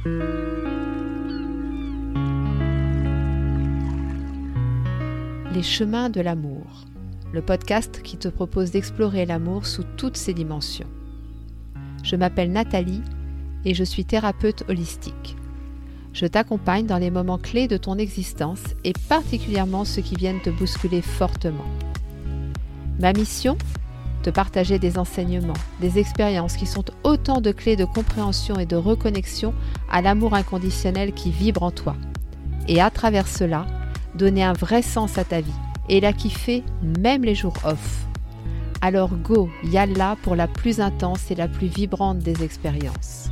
Les chemins de l'amour, le podcast qui te propose d'explorer l'amour sous toutes ses dimensions. Je m'appelle Nathalie et je suis thérapeute holistique. Je t'accompagne dans les moments clés de ton existence et particulièrement ceux qui viennent te bousculer fortement. Ma mission ? Te partager des enseignements, des expériences qui sont autant de clés de compréhension et de reconnexion à l'amour inconditionnel qui vibre en toi. Et à travers cela, donner un vrai sens à ta vie et la kiffer même les jours off. Alors go, yalla pour la plus intense et la plus vibrante des expériences.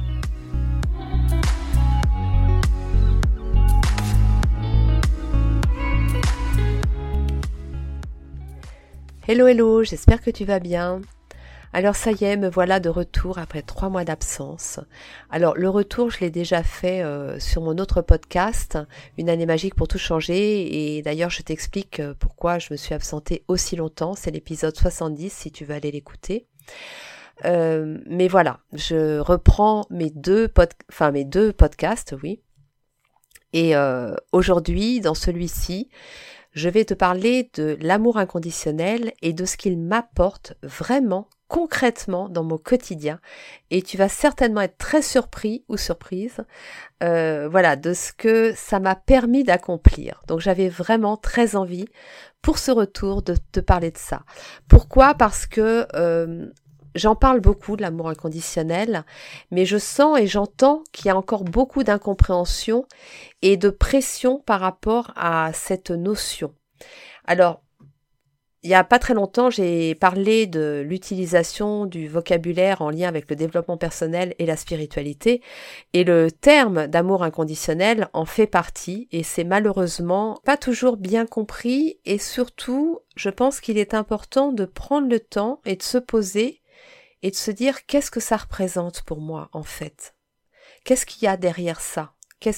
Hello, j'espère que tu vas bien. Alors ça y est, me voilà de retour après 3 mois d'absence. Alors le retour, je l'ai déjà fait sur mon autre podcast, Une année magique pour tout changer. Et d'ailleurs, je t'explique pourquoi je me suis absentée aussi longtemps. C'est l'épisode 70 si tu veux aller l'écouter. Mais voilà, je reprends mes deux podcasts, oui. Et aujourd'hui, dans celui-ci, je vais te parler de l'amour inconditionnel et de ce qu'il m'apporte vraiment, concrètement dans mon quotidien. Et tu vas certainement être très surpris ou surprise de ce que ça m'a permis d'accomplir. Donc j'avais vraiment très envie pour ce retour de te parler de ça. Pourquoi ? Parce que j'en parle beaucoup de l'amour inconditionnel, mais je sens et j'entends qu'il y a encore beaucoup d'incompréhension et de pression par rapport à cette notion. Alors, il n'y a pas très longtemps, j'ai parlé de l'utilisation du vocabulaire en lien avec le développement personnel et la spiritualité, et le terme d'amour inconditionnel en fait partie, et c'est malheureusement pas toujours bien compris, et surtout, je pense qu'il est important de prendre le temps et de se poser et de se dire qu'est-ce que ça représente pour moi en fait. Qu'est-ce qu'il y a derrière ça ?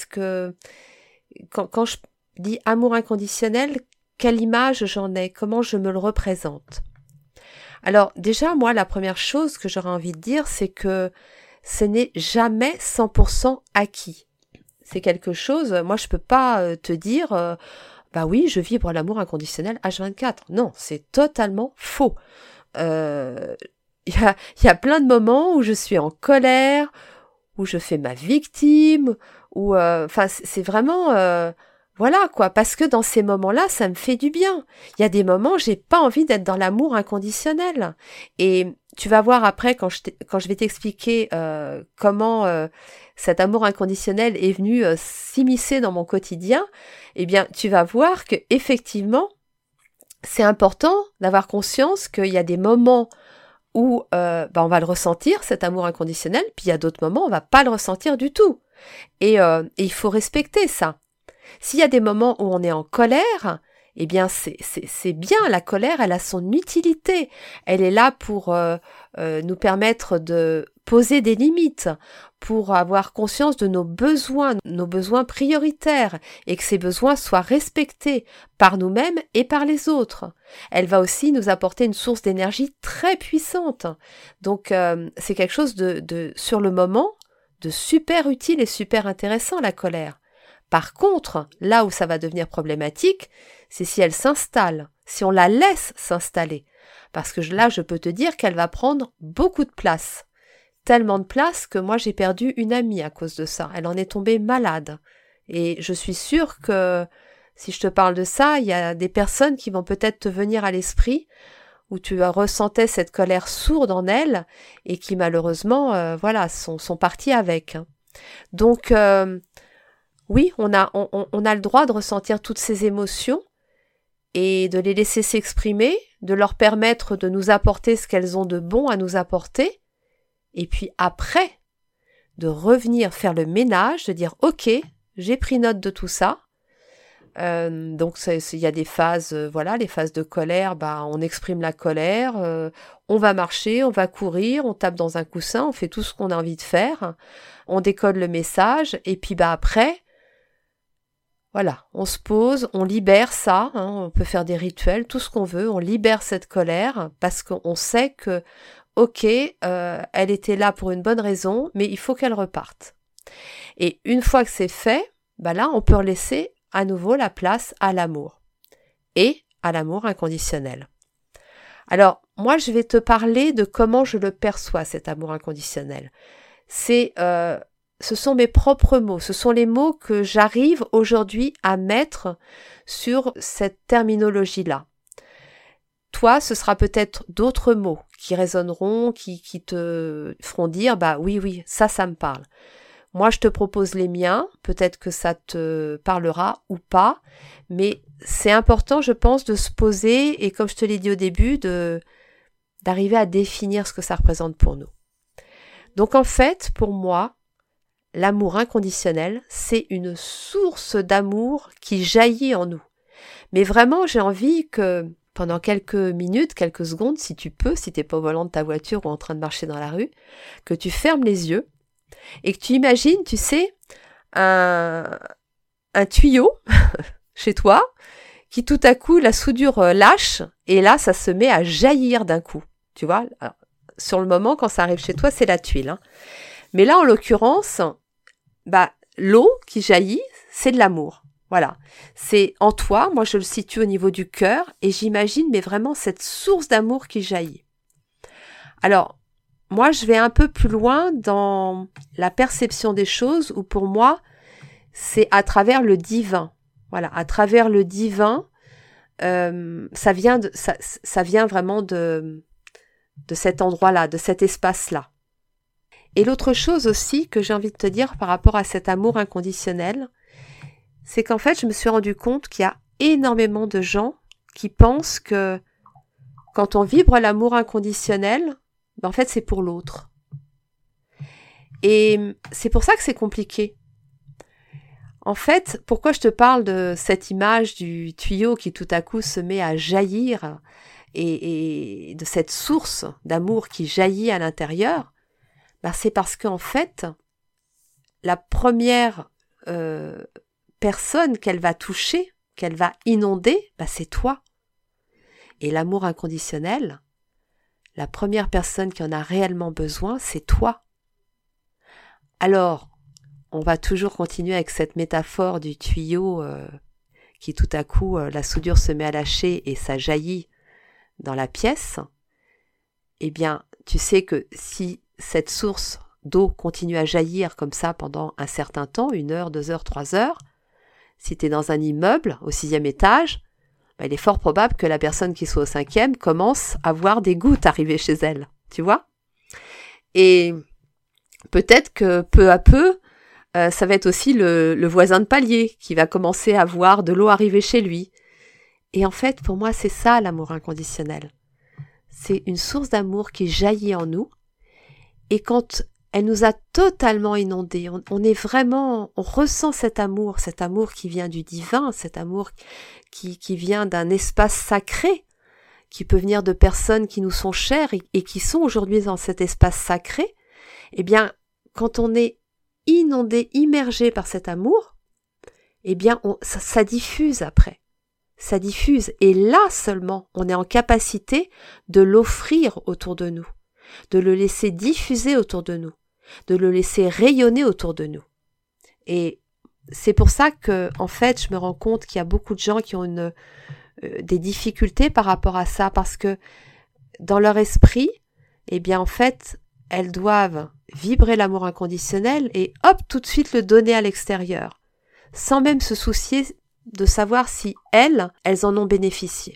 Quand je dis amour inconditionnel, quelle image j'en ai ? Comment je me le représente ? Alors déjà, moi, la première chose que j'aurais envie de dire, c'est que ce n'est jamais 100% acquis. C'est quelque chose, moi je peux pas te dire, bah oui, je vibre l'amour inconditionnel H24. Non, c'est totalement faux. Il y a plein de moments où je suis en colère, où je fais ma victime, où c'est vraiment voilà quoi, parce que dans ces moments-là, ça me fait du bien. Il y a des moments, j'ai pas envie d'être dans l'amour inconditionnel. Et tu vas voir après quand je vais t'expliquer comment cet amour inconditionnel est venu s'immiscer dans mon quotidien, eh bien, tu vas voir que effectivement, c'est important d'avoir conscience qu'il y a des moments où on va le ressentir, cet amour inconditionnel, puis il y a d'autres moments où on va pas le ressentir du tout. Et il faut respecter ça. S'il y a des moments où on est en colère, eh bien c'est bien, la colère, elle a son utilité. Elle est là pour nous permettre de poser des limites, pour avoir conscience de nos besoins prioritaires, et que ces besoins soient respectés par nous-mêmes et par les autres. Elle va aussi nous apporter une source d'énergie très puissante. Donc c'est quelque chose de sur le moment, de super utile et super intéressant, la colère. Par contre, là où ça va devenir problématique, c'est si elle s'installe, si on la laisse s'installer. Parce que là, je peux te dire qu'elle va prendre beaucoup de place. Tellement de place que moi, j'ai perdu une amie à cause de ça. Elle en est tombée malade. Et je suis sûre que si je te parle de ça, il y a des personnes qui vont peut-être te venir à l'esprit où tu ressentais cette colère sourde en elles et qui malheureusement, sont parties avec. Donc, oui, on a le droit de ressentir toutes ces émotions et de les laisser s'exprimer, de leur permettre de nous apporter ce qu'elles ont de bon à nous apporter, et puis après, de revenir faire le ménage, de dire « Ok, j'ai pris note de tout ça ». Donc il y a des phases, les phases de colère, on exprime la colère, on va marcher, on va courir, on tape dans un coussin, on fait tout ce qu'on a envie de faire, on décode le message, et puis après, voilà, on se pose, on libère ça, on peut faire des rituels, tout ce qu'on veut, on libère cette colère, parce qu'on sait que, ok, elle était là pour une bonne raison, mais il faut qu'elle reparte. Et une fois que c'est fait, là, on peut laisser à nouveau la place à l'amour et à l'amour inconditionnel. Alors, moi, je vais te parler de comment je le perçois, cet amour inconditionnel. Ce sont mes propres mots, ce sont les mots que j'arrive aujourd'hui à mettre sur cette terminologie-là. Toi, ce sera peut-être d'autres mots qui résonneront, qui te feront dire, oui, ça me parle. Moi, je te propose les miens, peut-être que ça te parlera ou pas, mais c'est important, je pense, de se poser et comme je te l'ai dit au début, d'arriver à définir ce que ça représente pour nous. Donc en fait, pour moi, l'amour inconditionnel, c'est une source d'amour qui jaillit en nous. Mais vraiment, j'ai envie que pendant quelques minutes, quelques secondes, si tu peux, si tu n'es pas au volant de ta voiture ou en train de marcher dans la rue, que tu fermes les yeux et que tu imagines, tu sais, un tuyau chez toi qui tout à coup, la soudure lâche et là, ça se met à jaillir d'un coup. Tu vois, alors, sur le moment, quand ça arrive chez toi, c'est la tuile. Hein. Mais là, en l'occurrence, l'eau qui jaillit, c'est de l'amour. Voilà. C'est en toi, moi je le situe au niveau du cœur et j'imagine mais vraiment cette source d'amour qui jaillit. Alors, moi je vais un peu plus loin dans la perception des choses où pour moi, c'est à travers le divin. Voilà, à travers le divin, ça vient vraiment de cet endroit-là, de cet espace-là. Et l'autre chose aussi que j'ai envie de te dire par rapport à cet amour inconditionnel, c'est qu'en fait, je me suis rendu compte qu'il y a énormément de gens qui pensent que quand on vibre l'amour inconditionnel, en fait, c'est pour l'autre. Et c'est pour ça que c'est compliqué. En fait, pourquoi je te parle de cette image du tuyau qui tout à coup se met à jaillir et de cette source d'amour qui jaillit à l'intérieur, c'est parce qu'en fait, la première personne qu'elle va toucher, qu'elle va inonder, c'est toi. Et l'amour inconditionnel, la première personne qui en a réellement besoin, c'est toi. Alors, on va toujours continuer avec cette métaphore du tuyau qui tout à coup, la soudure se met à lâcher et ça jaillit dans la pièce. Eh bien, tu sais que si cette source d'eau continue à jaillir comme ça pendant un certain temps, 1 heure, 2 heures, 3 heures, si tu es dans un immeuble au 6e étage, il est fort probable que la personne qui soit au 5e commence à voir des gouttes arriver chez elle, tu vois. Et peut-être que peu à peu, ça va être aussi le voisin de palier qui va commencer à voir de l'eau arriver chez lui. Et en fait, pour moi, c'est ça l'amour inconditionnel. C'est une source d'amour qui jaillit en nous. Et quand elle nous a totalement inondés, on ressent cet amour qui vient du divin, cet amour qui vient d'un espace sacré, qui peut venir de personnes qui nous sont chères et qui sont aujourd'hui dans cet espace sacré. Eh bien, quand on est inondé, immergé par cet amour, eh bien, ça diffuse après. Ça diffuse. Et là seulement, on est en capacité de l'offrir autour de nous, de le laisser diffuser autour de nous, de le laisser rayonner autour de nous. Et c'est pour ça que, en fait, je me rends compte qu'il y a beaucoup de gens qui ont des difficultés par rapport à ça, parce que dans leur esprit, eh bien, en fait, elles doivent vibrer l'amour inconditionnel et hop, tout de suite le donner à l'extérieur, sans même se soucier de savoir si elles en ont bénéficié.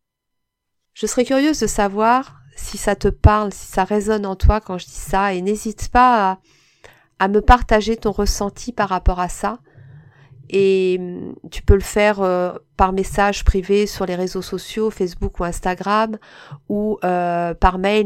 Je serais curieuse de savoir si ça te parle, si ça résonne en toi quand je dis ça, et n'hésite pas à me partager ton ressenti par rapport à ça. Et tu peux le faire par message privé sur les réseaux sociaux, Facebook ou Instagram, ou par mail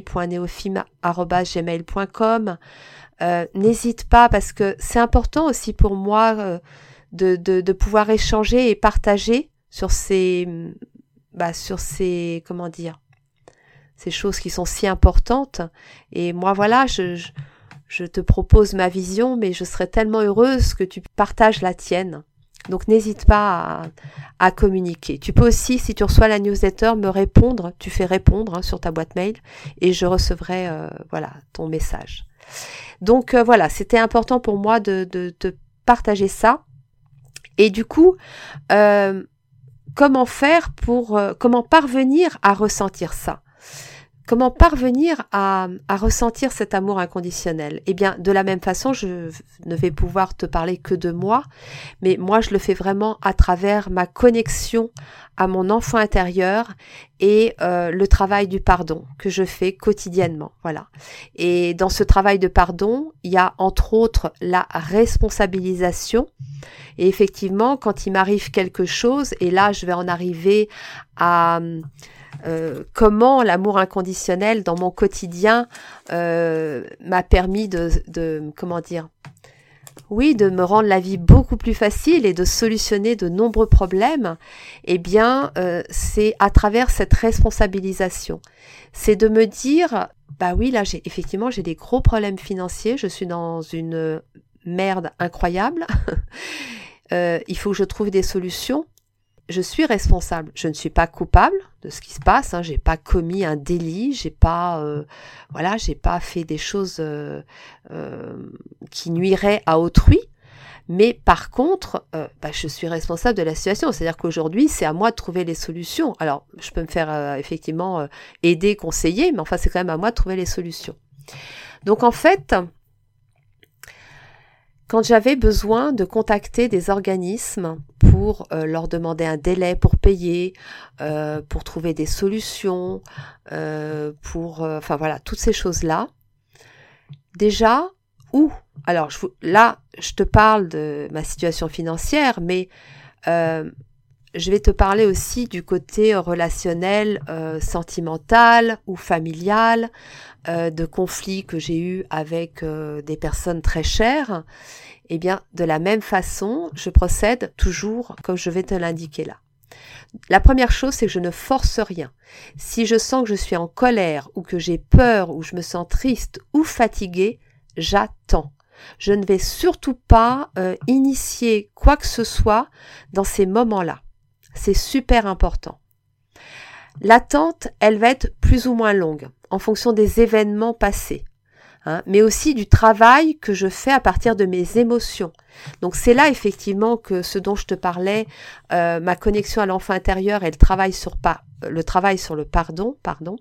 nathalie.neofim@gmail.com. N'hésite pas, parce que c'est important aussi pour moi de pouvoir échanger et partager sur ces comment dire, ces choses qui sont si importantes. Et moi, voilà, je te propose ma vision, mais je serais tellement heureuse que tu partages la tienne. Donc, n'hésite pas à communiquer. Tu peux aussi, si tu reçois la newsletter, me répondre. Tu fais répondre sur ta boîte mail et je recevrai ton message. Donc voilà, c'était important pour moi de partager ça. Et du coup, comment parvenir à ressentir ça? Comment parvenir à ressentir cet amour inconditionnel? Eh bien, de la même façon, je ne vais pouvoir te parler que de moi, mais moi, je le fais vraiment à travers ma connexion à mon enfant intérieur et le travail du pardon que je fais quotidiennement. Voilà. Et dans ce travail de pardon, il y a entre autres la responsabilisation. Et effectivement, quand il m'arrive quelque chose, et là, je vais en arriver à comment l'amour inconditionnel dans mon quotidien m'a permis de me rendre la vie beaucoup plus facile et de solutionner de nombreux problèmes. Eh bien, c'est à travers cette responsabilisation. C'est de me dire, bah oui, là, j'ai des gros problèmes financiers, je suis dans une merde incroyable, il faut que je trouve des solutions. Je suis responsable, je ne suis pas coupable de ce qui se passe, j'ai pas commis un délit, j'ai pas fait des choses qui nuiraient à autrui, mais par contre, je suis responsable de la situation, c'est-à-dire qu'aujourd'hui, c'est à moi de trouver les solutions. Alors, je peux me faire aider, conseiller, mais enfin, c'est quand même à moi de trouver les solutions. Donc en fait, quand j'avais besoin de contacter des organismes pour leur demander un délai pour payer, pour trouver des solutions, toutes ces choses-là. Déjà, alors je te parle de ma situation financière, mais je vais te parler aussi du côté relationnel, sentimental ou familial, de conflits que j'ai eus avec des personnes très chères. Eh bien, de la même façon, je procède toujours comme je vais te l'indiquer là. La première chose, c'est que je ne force rien. Si je sens que je suis en colère ou que j'ai peur ou je me sens triste ou fatiguée, j'attends. Je ne vais surtout pas initier quoi que ce soit dans ces moments-là. C'est super important. L'attente, elle va être plus ou moins longue en fonction des événements passés, mais aussi du travail que je fais à partir de mes émotions. Donc c'est là effectivement que ce dont je te parlais, ma connexion à l'enfant intérieur et le travail sur le pardon,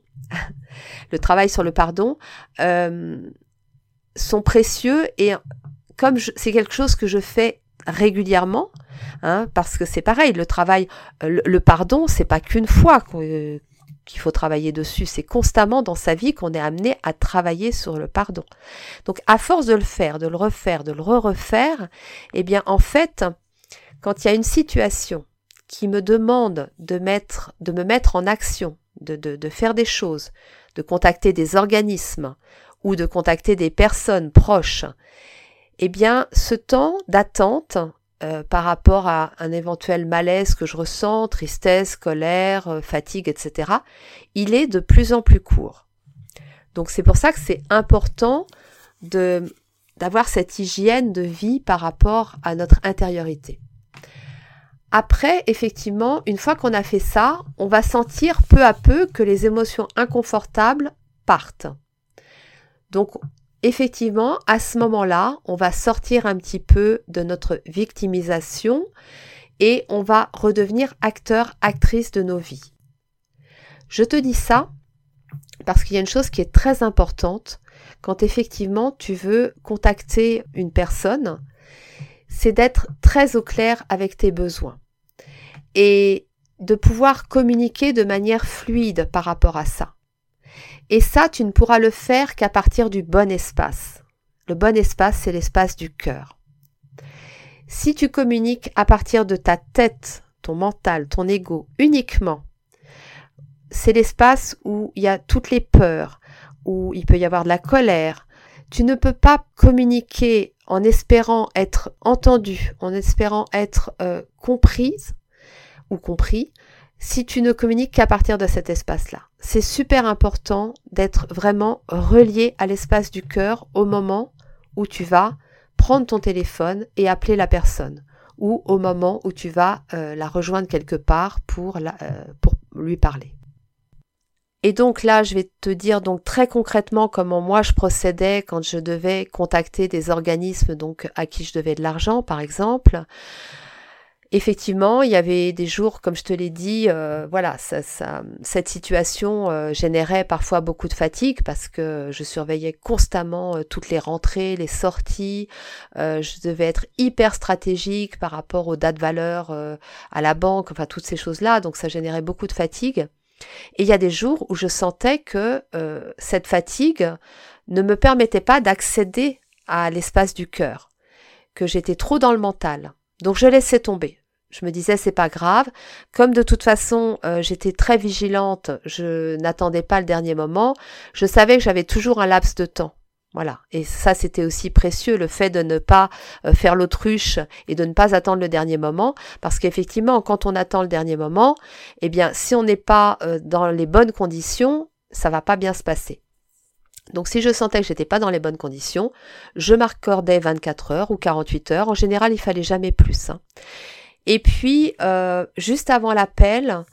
sont précieux et comme c'est quelque chose que je fais régulièrement, parce que c'est pareil, le travail, le pardon, c'est pas qu'une fois qu'il faut travailler dessus, c'est constamment dans sa vie qu'on est amené à travailler sur le pardon. Donc à force de le faire, de le refaire, de le refaire, eh bien en fait, quand il y a une situation qui me demande de me mettre en action, de faire des choses, de contacter des organismes ou de contacter des personnes proches, eh bien ce temps d'attente par rapport à un éventuel malaise que je ressens, tristesse, colère, fatigue, etc., il est de plus en plus court. Donc c'est pour ça que c'est important d'avoir cette hygiène de vie par rapport à notre intériorité. Après, effectivement, une fois qu'on a fait ça, on va sentir peu à peu que les émotions inconfortables partent. Donc, effectivement, à ce moment-là, on va sortir un petit peu de notre victimisation et on va redevenir acteur, actrice de nos vies. Je te dis ça parce qu'il y a une chose qui est très importante quand effectivement tu veux contacter une personne, c'est d'être très au clair avec tes besoins et de pouvoir communiquer de manière fluide par rapport à ça. Et ça, tu ne pourras le faire qu'à partir du bon espace. Le bon espace, c'est l'espace du cœur. Si tu communiques à partir de ta tête, ton mental, ton ego uniquement, c'est l'espace où il y a toutes les peurs, où il peut y avoir de la colère. Tu ne peux pas communiquer en espérant être entendu, en espérant être comprise ou compris, si tu ne communiques qu'à partir de cet espace-là. C'est super important d'être vraiment relié à l'espace du cœur au moment où tu vas prendre ton téléphone et appeler la personne, ou au moment où tu vas la rejoindre quelque part pour lui parler. Et donc là, je vais te dire donc très concrètement comment moi je procédais quand je devais contacter des organismes donc à qui je devais de l'argent, par exemple. Effectivement, il y avait des jours, comme je te l'ai dit, voilà, cette situation générait parfois beaucoup de fatigue parce que je surveillais constamment toutes les rentrées, les sorties. Je devais être hyper stratégique par rapport aux dates valeur à la banque, enfin toutes ces choses-là. Donc ça générait beaucoup de fatigue. Et il y a des jours où je sentais que cette fatigue ne me permettait pas d'accéder à l'espace du cœur, que j'étais trop dans le mental. Donc je laissais tomber. Je me disais c'est pas grave, comme de toute façon j'étais très vigilante, je n'attendais pas le dernier moment, je savais que j'avais toujours un laps de temps. Voilà, et ça c'était aussi précieux, le fait de ne pas faire l'autruche et de ne pas attendre le dernier moment, parce qu'effectivement quand on attend le dernier moment, eh bien si on n'est pas dans les bonnes conditions, ça va pas bien se passer. Donc si je sentais que j'étais pas dans les bonnes conditions, je m'accordais 24 heures ou 48 heures, en général il fallait jamais plus, hein. Et puis, juste avant l'appel,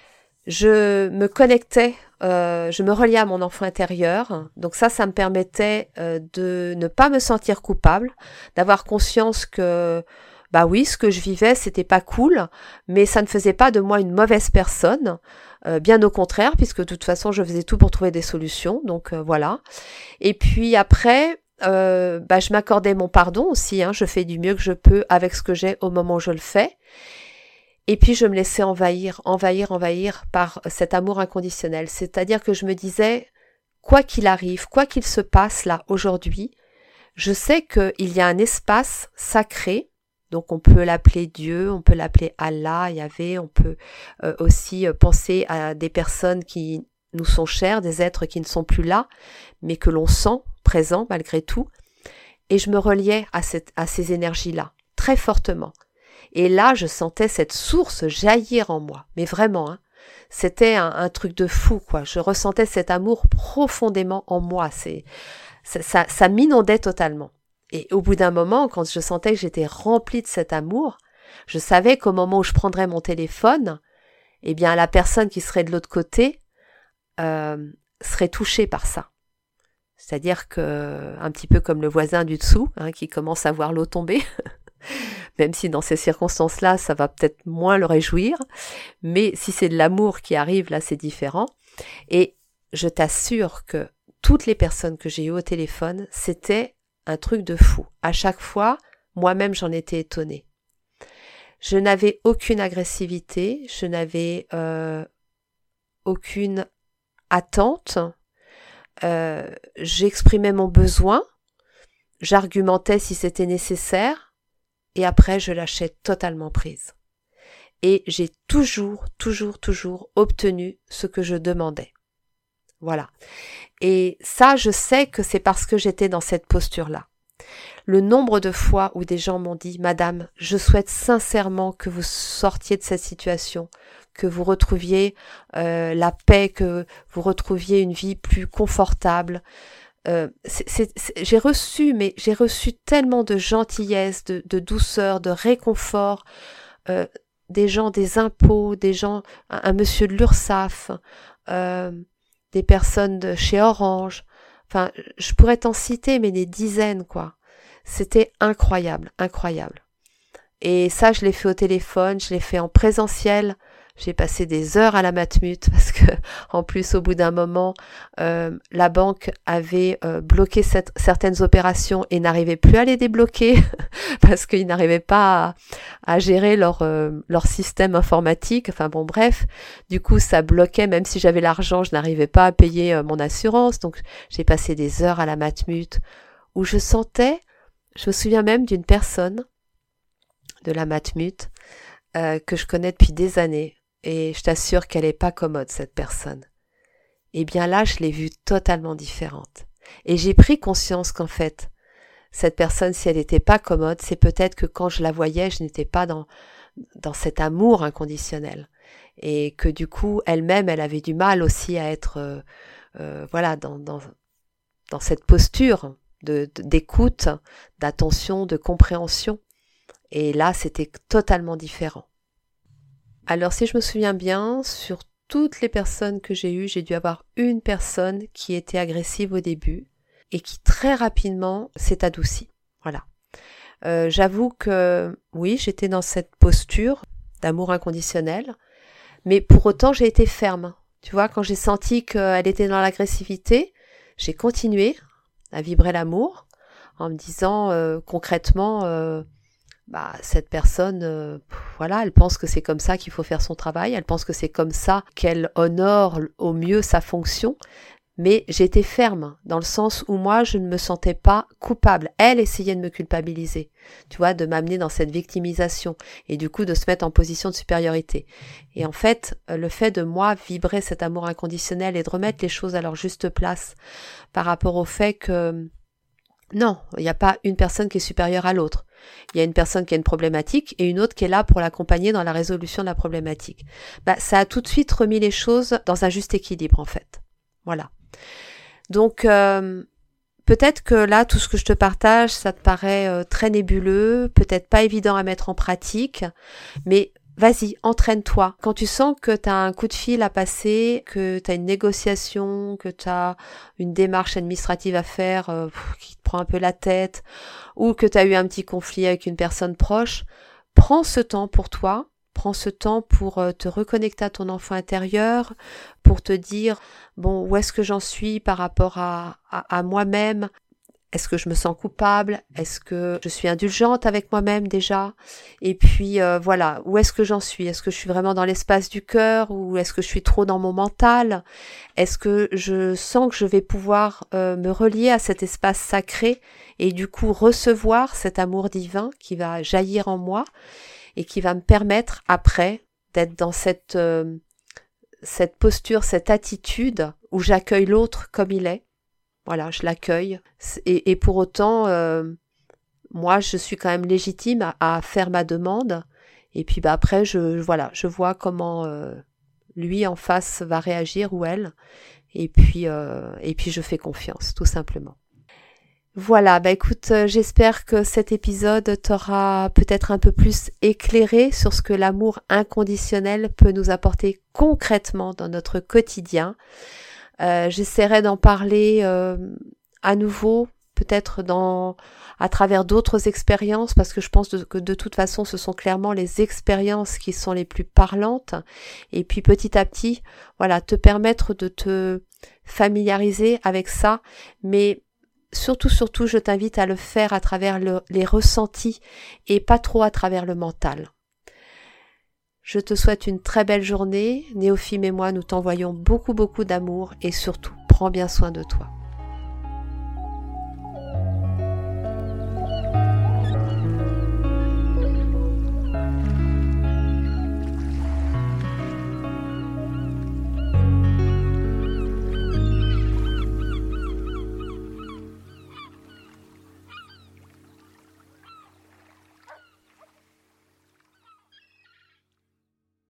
je me connectais, je me reliais à mon enfant intérieur. Donc ça me permettait de ne pas me sentir coupable, d'avoir conscience que, bah oui, ce que je vivais, c'était pas cool, mais ça ne faisait pas de moi une mauvaise personne. Bien au contraire, puisque de toute façon, je faisais tout pour trouver des solutions. Donc voilà. Et puis après, je m'accordais mon pardon aussi, hein, je fais du mieux que je peux avec ce que j'ai au moment où je le fais. Et puis je me laissais envahir par cet amour inconditionnel. C'est-à-dire que je me disais, quoi qu'il arrive, quoi qu'il se passe là aujourd'hui, je sais qu'il y a un espace sacré, donc on peut l'appeler Dieu, on peut l'appeler Allah, Yahvé, on peut aussi penser à des personnes qui nous sont chères, des êtres qui ne sont plus là, mais que l'on sent présent malgré tout, et je me reliais à ces énergies-là, très fortement. Et là, je sentais cette source jaillir en moi, mais vraiment, hein, c'était un truc de fou, quoi. Je ressentais cet amour profondément en moi, ça m'inondait totalement. Et au bout d'un moment, quand je sentais que j'étais remplie de cet amour, je savais qu'au moment où je prendrais mon téléphone, eh bien, la personne qui serait de l'autre côté serait touchée par ça. C'est-à-dire que, un petit peu comme le voisin du dessous, hein, qui commence à voir l'eau tomber, même si dans ces circonstances-là, ça va peut-être moins le réjouir, mais si c'est de l'amour qui arrive, là, c'est différent. Et je t'assure que toutes les personnes que j'ai eues au téléphone, c'était un truc de fou. À chaque fois, moi-même, j'en étais étonnée. Je n'avais aucune agressivité, je n'avais aucune attente. J'exprimais mon besoin, j'argumentais si c'était nécessaire, et après je lâchais totalement prise. Et j'ai toujours obtenu ce que je demandais. Voilà. Et ça, je sais que c'est parce que j'étais dans cette posture-là. Le nombre de fois où des gens m'ont dit « Madame, je souhaite sincèrement que vous sortiez de cette situation, que vous retrouviez la paix, que vous retrouviez une vie plus confortable. » J'ai reçu tellement de gentillesse, de douceur, de réconfort, des gens des impôts, des gens, un monsieur de l'URSSAF, des personnes de chez Orange. Enfin, je pourrais t'en citer, mais des dizaines, quoi. C'était incroyable. Et ça, je l'ai fait au téléphone, je l'ai fait en présentiel. J'ai passé des heures à la Matmut parce que, en plus, au bout d'un moment, la banque avait bloqué certaines opérations et n'arrivait plus à les débloquer parce qu'ils n'arrivaient pas à gérer leur système informatique. Enfin bon, bref, du coup, ça bloquait. Même si j'avais l'argent, je n'arrivais pas à payer mon assurance. Donc, j'ai passé des heures à la Matmut où je me souviens même d'une personne de la Matmut que je connais depuis des années. Et je t'assure qu'elle n'est pas commode, cette personne. Eh bien là, je l'ai vue totalement différente. Et j'ai pris conscience qu'en fait, cette personne, si elle n'était pas commode, c'est peut-être que quand je la voyais, je n'étais pas dans cet amour inconditionnel. Et que du coup, elle-même, elle avait du mal aussi à être dans cette posture d'écoute, d'attention, de compréhension. Et là, c'était totalement différent. Alors, si je me souviens bien, sur toutes les personnes que j'ai eues, j'ai dû avoir une personne qui était agressive au début et qui très rapidement s'est adoucie. Voilà. J'avoue que oui, j'étais dans cette posture d'amour inconditionnel, mais pour autant j'ai été ferme. Tu vois, quand j'ai senti qu'elle était dans l'agressivité, j'ai continué à vibrer l'amour en me disant concrètement, cette personne, voilà, elle pense que c'est comme ça qu'il faut faire son travail, elle pense que c'est comme ça qu'elle honore au mieux sa fonction, mais j'étais ferme, dans le sens où moi, je ne me sentais pas coupable. Elle essayait de me culpabiliser, tu vois, de m'amener dans cette victimisation, et du coup de se mettre en position de supériorité. Et en fait, le fait de moi vibrer cet amour inconditionnel et de remettre les choses à leur juste place par rapport au fait que non, il n'y a pas une personne qui est supérieure à l'autre. Il y a une personne qui a une problématique et une autre qui est là pour l'accompagner dans la résolution de la problématique. Ça a tout de suite remis les choses dans un juste équilibre, en fait. Voilà. Donc, peut-être que là, tout ce que je te partage, ça te paraît très nébuleux, peut-être pas évident à mettre en pratique, mais vas-y, entraîne-toi. Quand tu sens que tu as un coup de fil à passer, que tu as une négociation, que tu as une démarche administrative à faire qui te prend un peu la tête, ou que tu as eu un petit conflit avec une personne proche, prends ce temps pour toi. Prends ce temps pour te reconnecter à ton enfant intérieur, pour te dire, bon, où est-ce que j'en suis par rapport à moi-même? Est-ce que je me sens coupable? Est-ce que je suis indulgente avec moi-même déjà? Et puis voilà, où est-ce que j'en suis? Est-ce que je suis vraiment dans l'espace du cœur ou est-ce que je suis trop dans mon mental? Est-ce que je sens que je vais pouvoir me relier à cet espace sacré et du coup recevoir cet amour divin qui va jaillir en moi? Et qui va me permettre après d'être dans cette posture, cette attitude où j'accueille l'autre comme il est. Voilà, je l'accueille. Et pour autant, moi, je suis quand même légitime à faire ma demande. Et puis après, je vois comment lui en face va réagir ou elle. Et puis je fais confiance, tout simplement. Voilà, écoute, j'espère que cet épisode t'aura peut-être un peu plus éclairé sur ce que l'amour inconditionnel peut nous apporter concrètement dans notre quotidien. J'essaierai d'en parler à nouveau, peut-être à travers d'autres expériences, parce que je pense que de toute façon, ce sont clairement les expériences qui sont les plus parlantes. Et puis petit à petit, voilà, te permettre de te familiariser avec ça, mais surtout, je t'invite à le faire à travers les ressentis et pas trop à travers le mental. Je te souhaite une très belle journée. Néophime et moi, nous t'envoyons beaucoup d'amour et surtout, prends bien soin de toi.